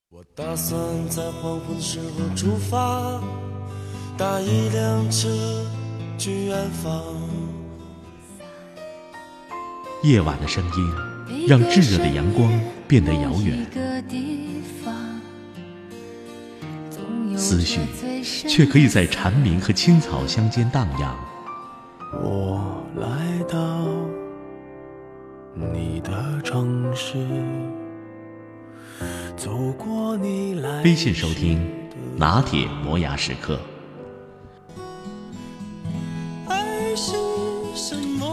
我打算在黄昏时候出发，搭一辆车去远方。 夜晚的声音让炙热的阳光变得遥远，思绪却可以在蝉鸣和青草乡间荡漾。 我来到你的城市，走过你来。 微信收听拿铁磨牙时刻。 爱是什么？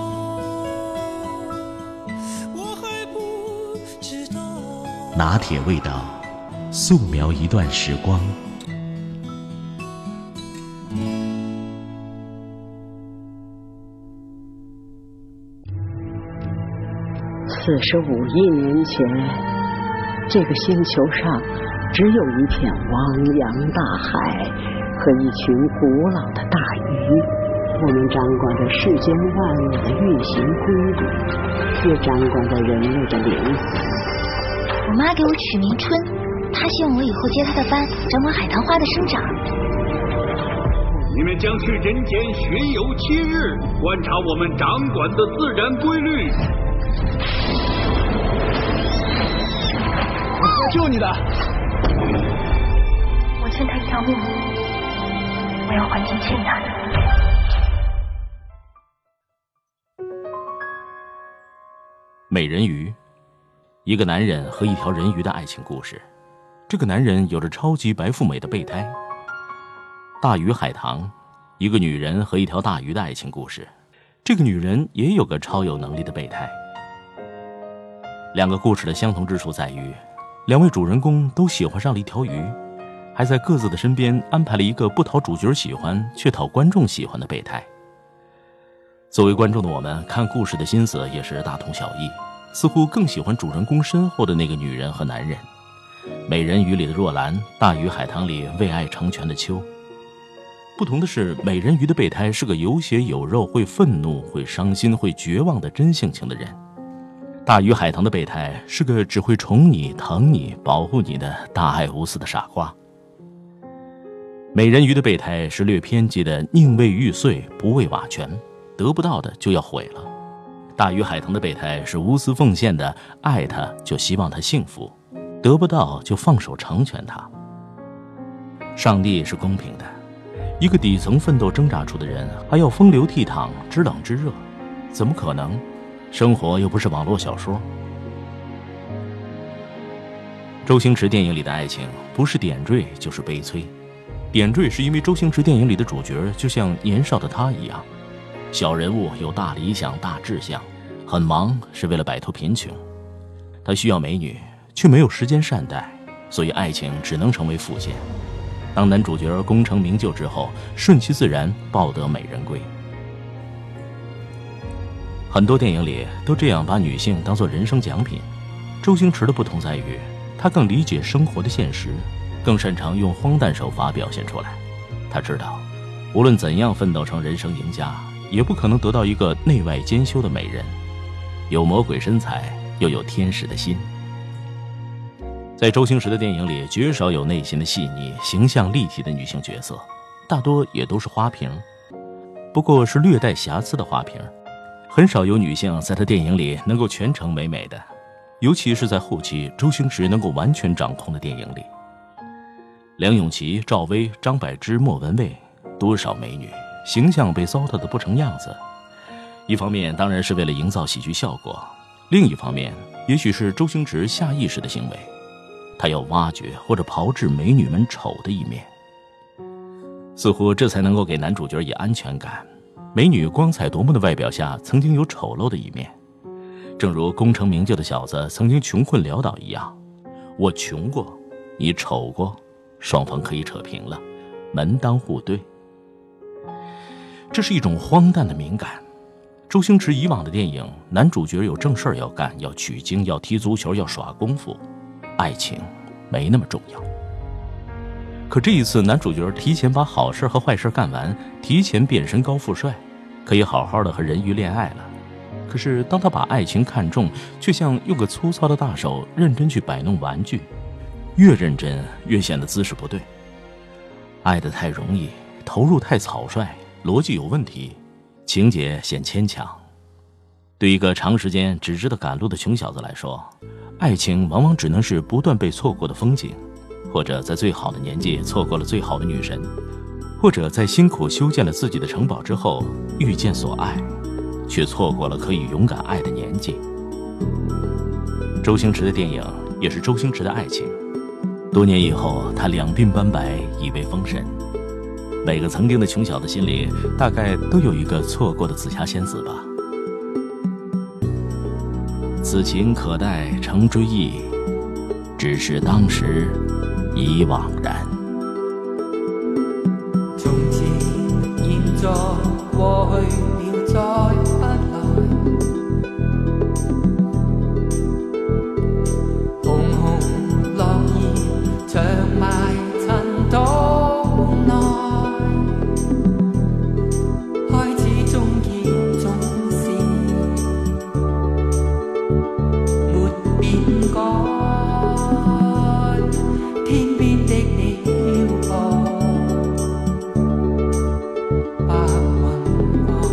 我还不知道。 拿铁味道，素描一段时光。 45亿年前，这个星球上只有一片汪洋大海和一群古老的大鱼。我们掌管着世间万物的运行规律，也掌管着人类的灵魂。 我妈给我取名春，她希望我以后接她的班，掌管海棠花的生长。 你们将去人间巡游7日，观察我们掌管的自然规律。 我会救你的。 我欠他一条命，我要还清欠他的。 美人鱼，一个男人和一条人鱼的爱情故事。这个男人有着超级白富美的备胎。大鱼海棠，一个女人和一条大鱼的爱情故事。这个女人也有个超有能力的备胎。两个故事的相同之处在于，两位主人公都喜欢上了一条鱼，还在各自的身边安排了一个不讨主角喜欢却讨观众喜欢的备胎。作为观众的我们，看故事的心思也是大同小异，似乎更喜欢主人公身后的那个女人和男人。美人鱼里的若兰，大鱼海棠里为爱成全的秋。不同的是，美人鱼的备胎是个有血有肉，会愤怒，会伤心，会绝望的真性情的人。大鱼海棠的备胎是个只会宠你、疼你、保护你的大爱无私的傻瓜。美人鱼的备胎是略偏激的宁为玉碎不为瓦全，得不到的就要毁了。大鱼海棠的备胎是无私奉献的，爱他就希望他幸福，得不到就放手成全他。上帝是公平的，一个底层奋斗挣扎出的人还要风流倜傥、知冷知热，怎么可能？生活又不是网络小说。周星驰电影里的爱情不是点缀就是悲催。点缀是因为周星驰电影里的主角就像年少的他一样，小人物有大理想大志向，很忙是为了摆脱贫穷。他需要美女却没有时间善待，所以爱情只能成为副线。当男主角功成名就之后，顺其自然抱得美人归。很多电影里都这样把女性当作人生奖品。周星驰的不同在于，他更理解生活的现实，更擅长用荒诞手法表现出来。他知道，无论怎样奋斗成人生赢家，也不可能得到一个内外兼修的美人，有魔鬼身材，又有天使的心。在周星驰的电影里，绝少有内心的细腻、形象立体的女性角色，大多也都是花瓶，不过是略带瑕疵的花瓶。很少有女性在他电影里能够全程美美的，尤其是在后期周星驰能够完全掌控的电影里。梁咏琪、赵薇、张柏芝、莫文蔚，多少美女形象被糟蹋得不成样子。一方面当然是为了营造喜剧效果，另一方面也许是周星驰下意识的行为，他要挖掘或者炮制美女们丑的一面，似乎这才能够给男主角以安全感。美女光彩夺目的外表下曾经有丑陋的一面，正如功成名就的小子曾经穷困潦倒一样，我穷过，你丑过，双方可以扯平了，门当户对。这是一种荒诞的敏感。周星驰以往的电影，男主角有正事要干，要取经，要踢足球，要耍功夫，爱情没那么重要。可这一次男主角提前把好事和坏事干完，提前变身高富帅，可以好好的和人鱼恋爱了。可是当他把爱情看重，却像用个粗糙的大手认真去摆弄玩具， 越认真越显得姿势不对。爱得太容易，投入太草率，逻辑有问题，情节显牵强。对一个长时间只知道赶路的穷小子来说，爱情往往只能是不断被错过的风景，或者在最好的年纪错过了最好的女神，或者在辛苦修建了自己的城堡之后遇见所爱，却错过了可以勇敢爱的年纪。周星驰的电影也是周星驰的爱情，多年以后他两鬓斑白，已为封神。每个曾经的穷小子心里大概都有一个错过的紫霞仙子吧。此情可待成追忆，只是当时已惘然。 从前现在过去了再不来，红红落叶长埋尘土内，开始中意总是没变改，天边的你飘泊白云外，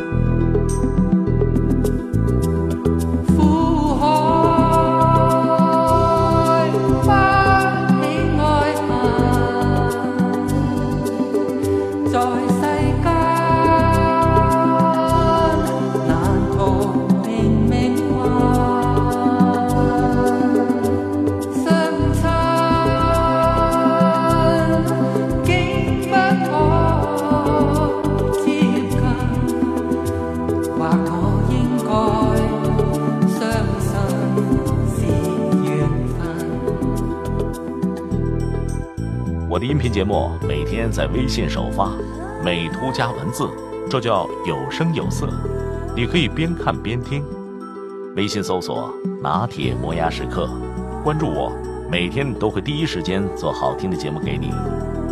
苦海翻起爱恨，在世間難逃命運，相親竟不可接近，或我應該相信是緣分。 我的音频节目每天在微信首发，美图加文字，这叫有声有色，你可以边看边听。微信搜索拿铁磨牙时刻，关注我，每天都会第一时间做好听的节目给你。